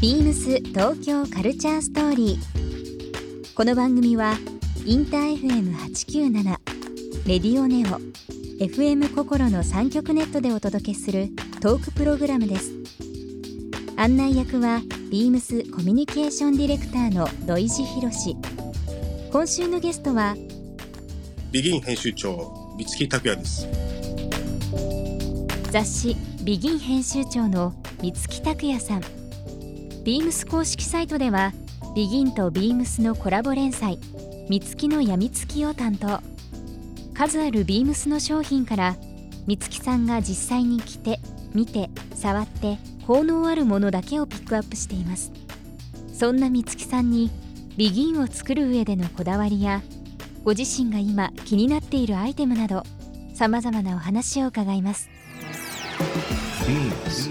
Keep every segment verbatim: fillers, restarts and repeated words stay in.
ビームス東京カルチャーストーリー。この番組はインター エフエムはちきゅうなな、レディオネオ、エフエム 心のさん局ネットでお届けするトークプログラムです。案内役はビームスコミュニケーションディレクターの土井博志。今週のゲストはビギン編集長三月拓也です。 雑誌ビギン編集長の三月拓也さん。ビームス公式サイトではビギンとビームスのコラボ連載三月のやみつきを担当。数あるビームスの商品から三月さんが実際に着て見て触って効能あるものだけをピックアップしています。そんな三月さんにビギンを作る上でのこだわりやご自身が今気になっているアイテムなどさまざまなお話を伺います。 ビームス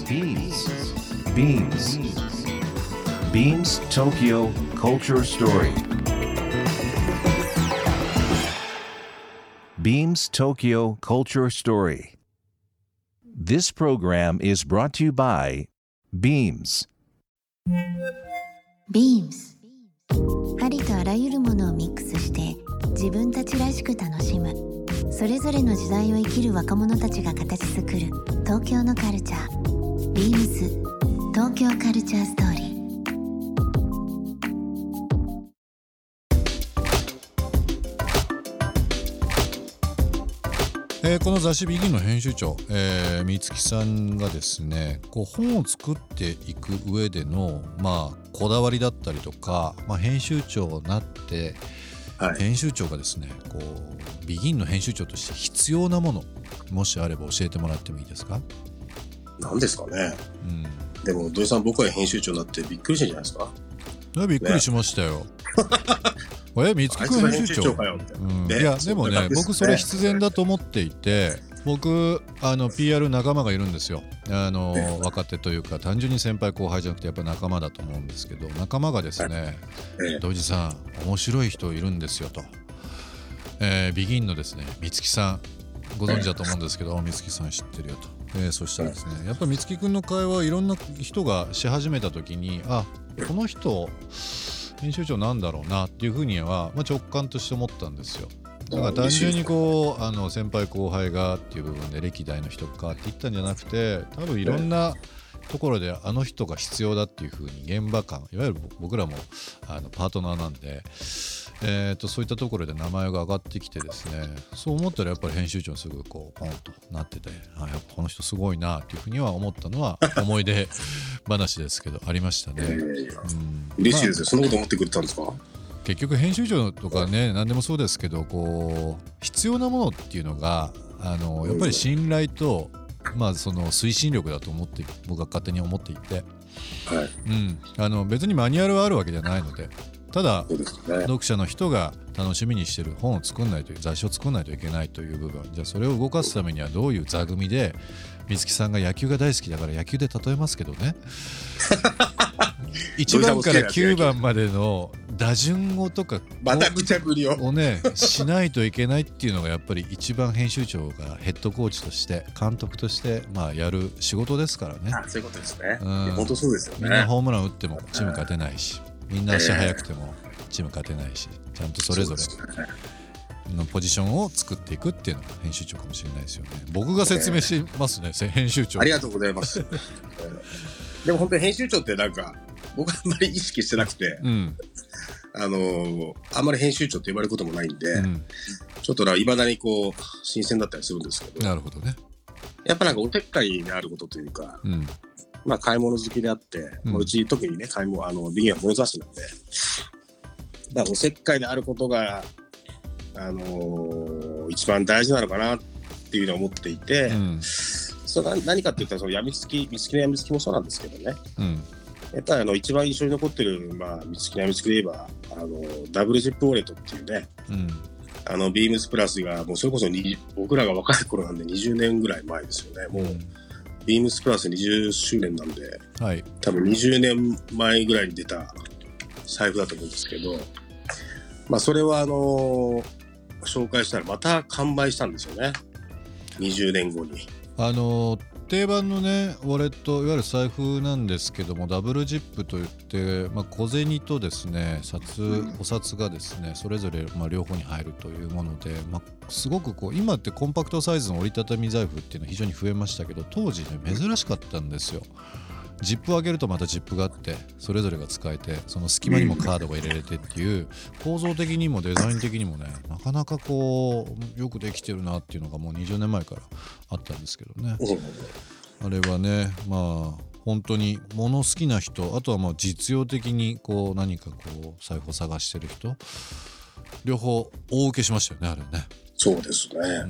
ビームス ビームス Tokyo Culture Story Beams Tokyo Culture Story. This program is brought to you by Beams. Beams ありとあらゆるものをミックスして自分たちらしく楽しむ、それぞれの時代を生きる若者たちが形作る東京のカルチャー。 Beams 東京カルチャーストーリー。 えー、この雑誌ビギンの編集長、えー、三月さんがですね、こう本を作っていく上での、まあ、こだわりだったりとか、まあ、編集長になって、はい、編集長がですね、こうビギンの編集長として必要なもの、もしあれば教えてもらってもいいですか？ 何ですかね、うん、でも土井さん、僕が編集長になってびっくりしたんじゃないですか？ びっくりしましたよ、ねえ、三月君編集長かよみたいな、うん、いやでもね、僕それ必然だと思っていて、僕あの ピーアール 仲間がいるんですよ。あの若手というか単純に先輩後輩じゃなくてやっぱ仲間だと思うんですけど、仲間がですね、土井さん面白い人いるんですよと、えー、ビギンのですね三月さんご存知だと思うんですけど、三月さん知ってるよと、えー、そしたらですね、やっぱり三月君の会話いろんな人がし始めた時に、あ、この人編集長なんだろうなっていうふうには、まあ、直感として思ったんですよ。だから単純にこうあの先輩後輩がっていう部分で歴代の人かって言ったんじゃなくて、多分いろんなところであの人が必要だっていうふうに現場感、いわゆる僕らもあのパートナーなんで、えー、とそういったところで名前が上がってきてですね、そう思ったらやっぱり編集長にすぐこうポンとなってて、あ、やっぱこの人すごいなっていうふうには思ったのは思い出話ですけどありましたね。うん、 嬉しいですよ、まあ、そんなこと思ってくれたんですか？ 結局編集長とかね、何でもそうですけど、こう必要なものっていうのがあのやっぱり信頼と、まあ、その推進力だと思って僕は勝手に思っていて、はい、うん、あの別にマニュアルはあるわけじゃないので、ただ、ね、読者の人が楽しみにしてる本を作んないという、雑誌を作んないといけないという部分、じゃあそれを動かすためにはどういう座組で、三月さんが野球が大好きだから野球で例えますけどねいちばんからきゅうばんまでの打順をとかまた無茶ぶりををねしないといけないっていうのがやっぱり一番編集長がヘッドコーチとして監督としてまあやる仕事ですからね。 あ、そういうことですね、うん、本当そうですよね。 みんなホームラン打ってもチーム勝てないし、みんな足速くてもチーム勝てないし、ちゃんとそれぞれのポジションを作っていくっていうのが編集長かもしれないですよね。僕が説明しますね、編集長。 ありがとうございますでも本当に編集長ってなんか僕はあんまり意識してなくて、うん、あのあんまり編集長って呼ばれることもないんで、うん、ちょっといまだにこう新鮮だったりするんですけど。なるほどね。やっぱなんかおせっかいであることというか、うん、まあ買い物好きであって、うん、うち特にね買い物あのビギンは物差しなんで、だからおせっかいであることがあのー、一番大事なのかなっていうのを思っていて、うん、それは何かって言ったらそのやみつき、三月のやみつきもそうなんですけどね、うん、やっぱりあの一番印象に残ってる、まあ、三月のやみつきで言えばあのダブルジップウォレットっていうね、うん、あのビームスプラスがもうそれこそ僕らが若い頃なんでにじゅうねんぐらい前ですよね。もう、うん、ビームスプラスにじゅっしゅうねんなんで、はい、多分にじゅうねんまえぐらいに出た財布だと思うんですけど、まあそれはあのー紹介したらまた完売したんですよね、にじゅうねんごに。 あの定番のねウォレットいわゆる財布なんですけども、ダブルジップといって、まあ、小銭とですね札お札がですねそれぞれまあ両方に入るというもので、まあ、すごくこう今ってコンパクトサイズの折りたたみ財布っていうのは非常に増えましたけど、当時ね珍しかったんですよ。ジップを開けるとまたジップがあってそれぞれが使えて、その隙間にもカードが入れれてっていう構造的にもデザイン的にもねなかなかこうよくできてるなっていうのがもうにじゅうねんまえからあったんですけどね。あれはねまあ本当に物好きな人、あとはまあ実用的にこう何かこう財布を探してる人両方大受けしましたよねあれね。 そうですね、うん、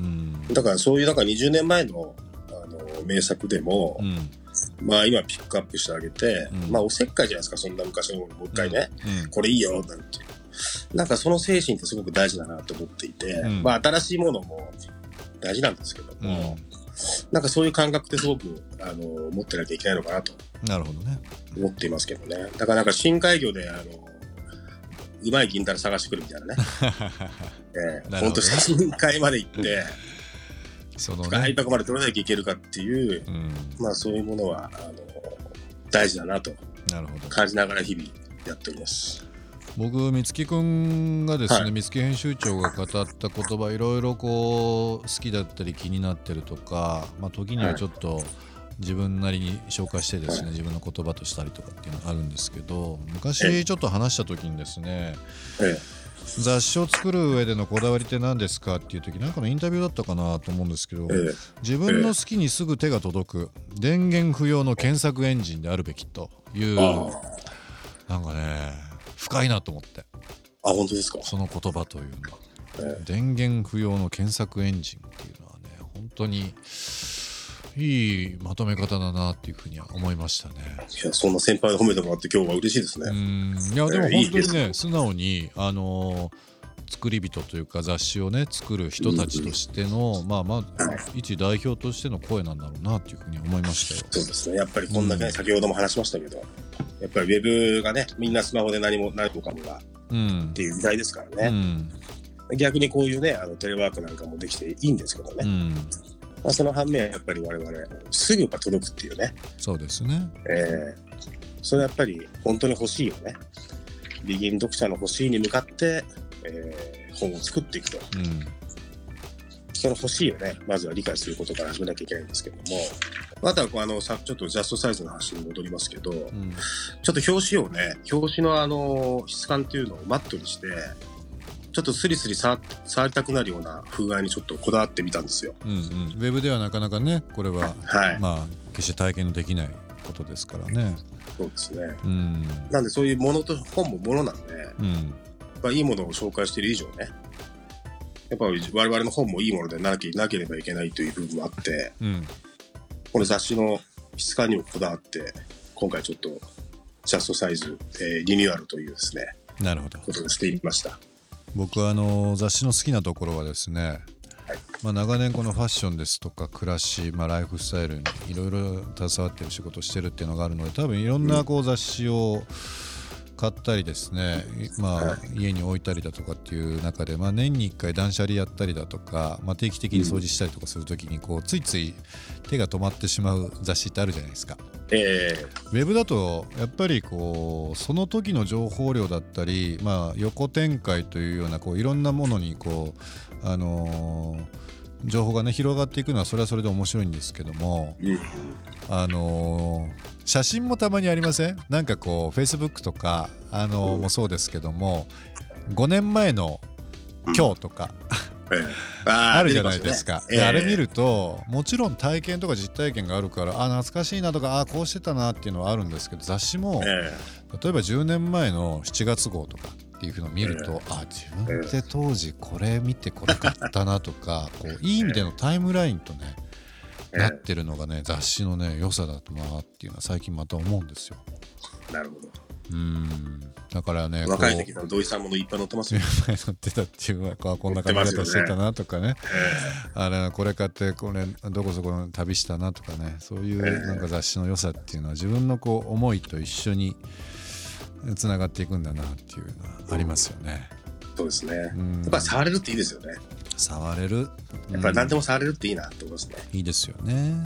だからそういうなんかにじゅうねんまえの、あの名作でも、うん、まあ今ピックアップしてあげて、うん、まあおせっかいじゃないですか、そんな昔のもう一回ね、うん、これいいよなんてなんかその精神ってすごく大事だなと思っていて、うん、まあ新しいものも大事なんですけども、うん、なんかそういう感覚ってすごくあの持ってなきゃいけないのかなとなるほどね思っていますけどね。だからなんか深海魚であのうまい銀だら探してくるみたいなね、えー、ほんと深海まで行ってその、ね、深いとこまでどれだけいけるかっていう、うん、まあそういうものはあの大事だなと感じながら日々やっております。 僕三月くんがですね、はい、三月編集長が語った言葉いろいろこう好きだったり気になってるとか、まあ、時にはちょっと自分なりに消化してですね、はい、自分の言葉としたりとかっていうのがあるんですけど、昔ちょっと話した時にですね、ええ、雑誌を作る上でのこだわりって何ですかっていう時なんかのインタビューだったかなと思うんですけど、ええ、自分の好きにすぐ手が届く電源不要の検索エンジンであるべきというなんかね深いなと思って。 あ、本当ですか。 その言葉というのは、ええ、電源不要の検索エンジンっていうのはね本当にいいまとめ方だなっていうふうには思いましたね。 いや、そんな先輩に褒めてもらって今日は嬉しいですね。 うん、いやでも本当にね、えー、素直にあのー、作り人というか雑誌をね作る人たちとしての、うん、まあまあ、はい、一代表としての声なんだろうなっていうふうに思いましたよ。 そうですね。やっぱりこんだけ、ね、うん、先ほども話しましたけど、やっぱりウェブがねみんなスマホで何も何もかもが、うん、っていう時代ですからね、うん、逆にこういうねあのテレワークなんかもできていいんですけどね、うん、まあ、その反面やっぱり我々すぐが届くっていうね。 そうですね、 えー、それはやっぱり本当に欲しいよね。ビギン読者の欲しいに向かって、えー、本を作っていくと、うん、その欲しいをねまずは理解することから始めなきゃいけないんですけども、あとはあのさちょっとジャストサイズの話に戻りますけど、うん、ちょっと表紙をね表紙のあの質感っていうのをマットにしてちょっとスリスリ触りたくなるような風合いにちょっとこだわってみたんですよ、うんうん、ウェブではなかなかねこれは、はい、まあ決して体験できないことですからね。 そうですね、うん、なんでそういうものと本もものなんで、うん、やっぱいいものを紹介している以上ねやっぱり我々の本もいいものでなければいけないという部分もあって、うん、この雑誌の質感にもこだわって今回ちょっとジャストサイズ、えー、リニューアルというですねなるほどことをしていました。 僕はあの雑誌の好きなところはですね、はい、まあ、長年このファッションですとか暮らし、まあ、ライフスタイルにいろいろ携わってる仕事をしてるっていうのがあるので多分いろんなこう雑誌を買ったりですね、まあ、家に置いたりだとかっていう中で、まあ、年にいっかい断捨離やったりだとか、まあ、定期的に掃除したりとかするときにこうついつい手が止まってしまう雑誌ってあるじゃないですか、えー、ウェブだとやっぱりこうその時の情報量だったり、まあ、横展開というようなこういろんなものにこう、あのー、情報がね広がっていくのはそれはそれで面白いんですけども、うん、あのー写真もたまにありません？なんかこう Facebook とかあのもそうですけどもごねんまえの今日とか、うん、あるじゃないですか。であれ見るともちろん体験とか実体験があるからあ懐かしいなとかあこうしてたなっていうのはあるんですけど雑誌も例えばじゅうねんまえのしちがつ号とかっていうのを見るとあ自分って当時これ見てこれ買ったなとかこういい意味でのタイムラインとねなってるのがね雑誌のね良さだなっていうのは最近また思うんですよ。 なるほど。 うーんだからね若い時の土井さんものいっぱい載ってますよね。 載ってたっていうかこんな髪型してたなとかね、えー、あれこれ買ってこれどこそこの旅したなとかねそういうなんか雑誌の良さっていうのは自分のこう思いと一緒につながっていくんだなっていうのはありますよね。 そうですね。やっぱ触れるっていいですよね。 触れる、 やっぱり何でも触れるっていいなって思いますね、 うん、いいですよね。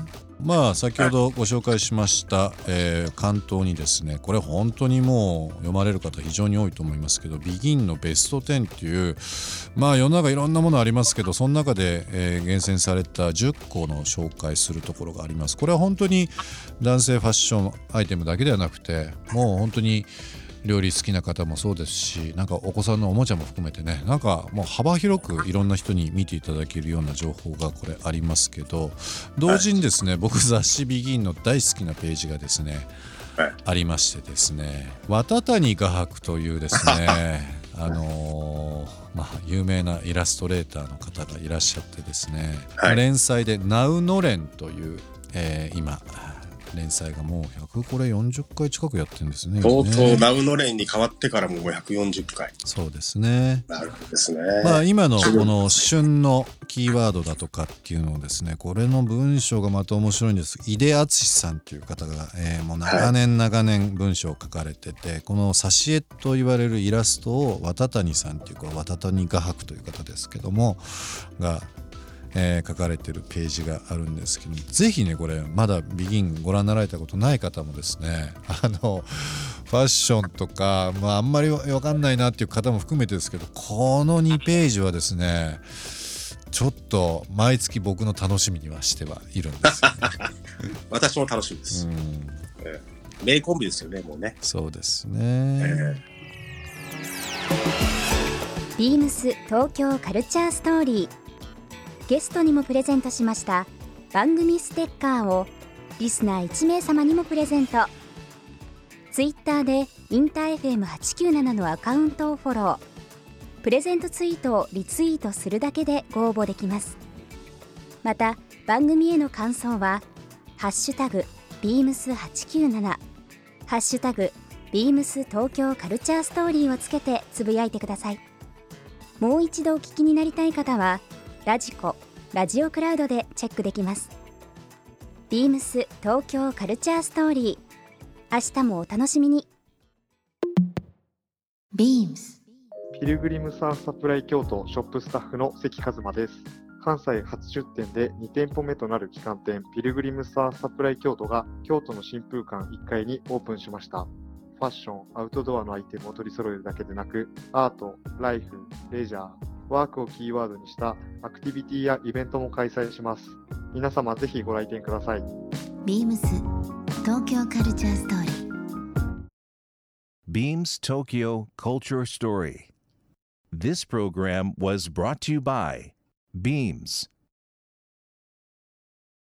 まあ先ほどご紹介しました、えー、関東にですね、これ本当にもう読まれる方非常に多いと思いますけど、ビギンのベストじゅうっていう、まあ世の中いろんなものありますけど、その中で、えー、厳選されたじゅっこの紹介するところがあります。これは本当に男性ファッションアイテムだけではなくて、もう本当に料理好きな方もそうですし、なんかお子さんのおもちゃも含めてね、なんかもう幅広くいろんな人に見ていただけるような情報がこれありますけど、同時にですね、はい、僕雑誌ビギンの大好きなページがですね、はい、ありましてですね、綿谷画伯というですねあのー、まあ有名なイラストレーターの方がいらっしゃってですね、はい、連載でナウノレンという、えー、今連載がもうひゃくこれよんじゅっかい近くやってるんですね。 とうとうナウノレンに変わってからもうひゃくよんじゅっかい。 そうですね。 なるほどですね。 まあ今のこの旬のキーワードだとかっていうのをですね、これの文章がまた面白いんです。井出敦さんという方が、えー、もう長年長年文章を書かれてて、はい、この挿絵と言われるイラストを綿谷さんというか綿谷画伯という方ですけどもがえー、書かれてるページがあるんですけど、ぜひねこれまだビギンご覧になられたことない方もですね、あのファッションとか、まあ、あんまり分かんないなっていう方も含めてですけど、このにページはですねちょっと毎月僕の楽しみにはしてはいるんですよね私も楽しみです、うん、えー、名コンビですよね、もうね。 そうですね、 えー、ビームス東京カルチャーストーリー、ゲストにもプレゼントしました番組ステッカーをリスナーいちめいさまにもプレゼント。ツイッターでインター エフエムはちきゅうなな のアカウントをフォロー、プレゼントツイートをリツイートするだけでご応募できます。また番組への感想はハッシュタグビームスはちきゅうなな、ハッシュタグビームス東京カルチャーストーリーをつけてつぶやいてください。もう一度お聞きになりたい方はラジコ、ラジオクラウドでチェックできます。ビームス東京カルチャーストーリー、明日もお楽しみに。 ビームスピルグリムサーサプライ京都ショップスタッフの関和馬です。関西初出店でに店舗目となる旗艦店ピルグリムサーサプライ京都が京都の新風館いっかいにオープンしました。ファッション、アウトドアのアイテムを取り揃えるだけでなく、アート、ライフ、レジャー、ワークをキーワードにしたアクティビティやイベントも開催します。皆様ぜひご来店ください。 ビームス東京カルチャーストーリー。 Beams Tokyo Culture Story. This program was brought to you by Beams.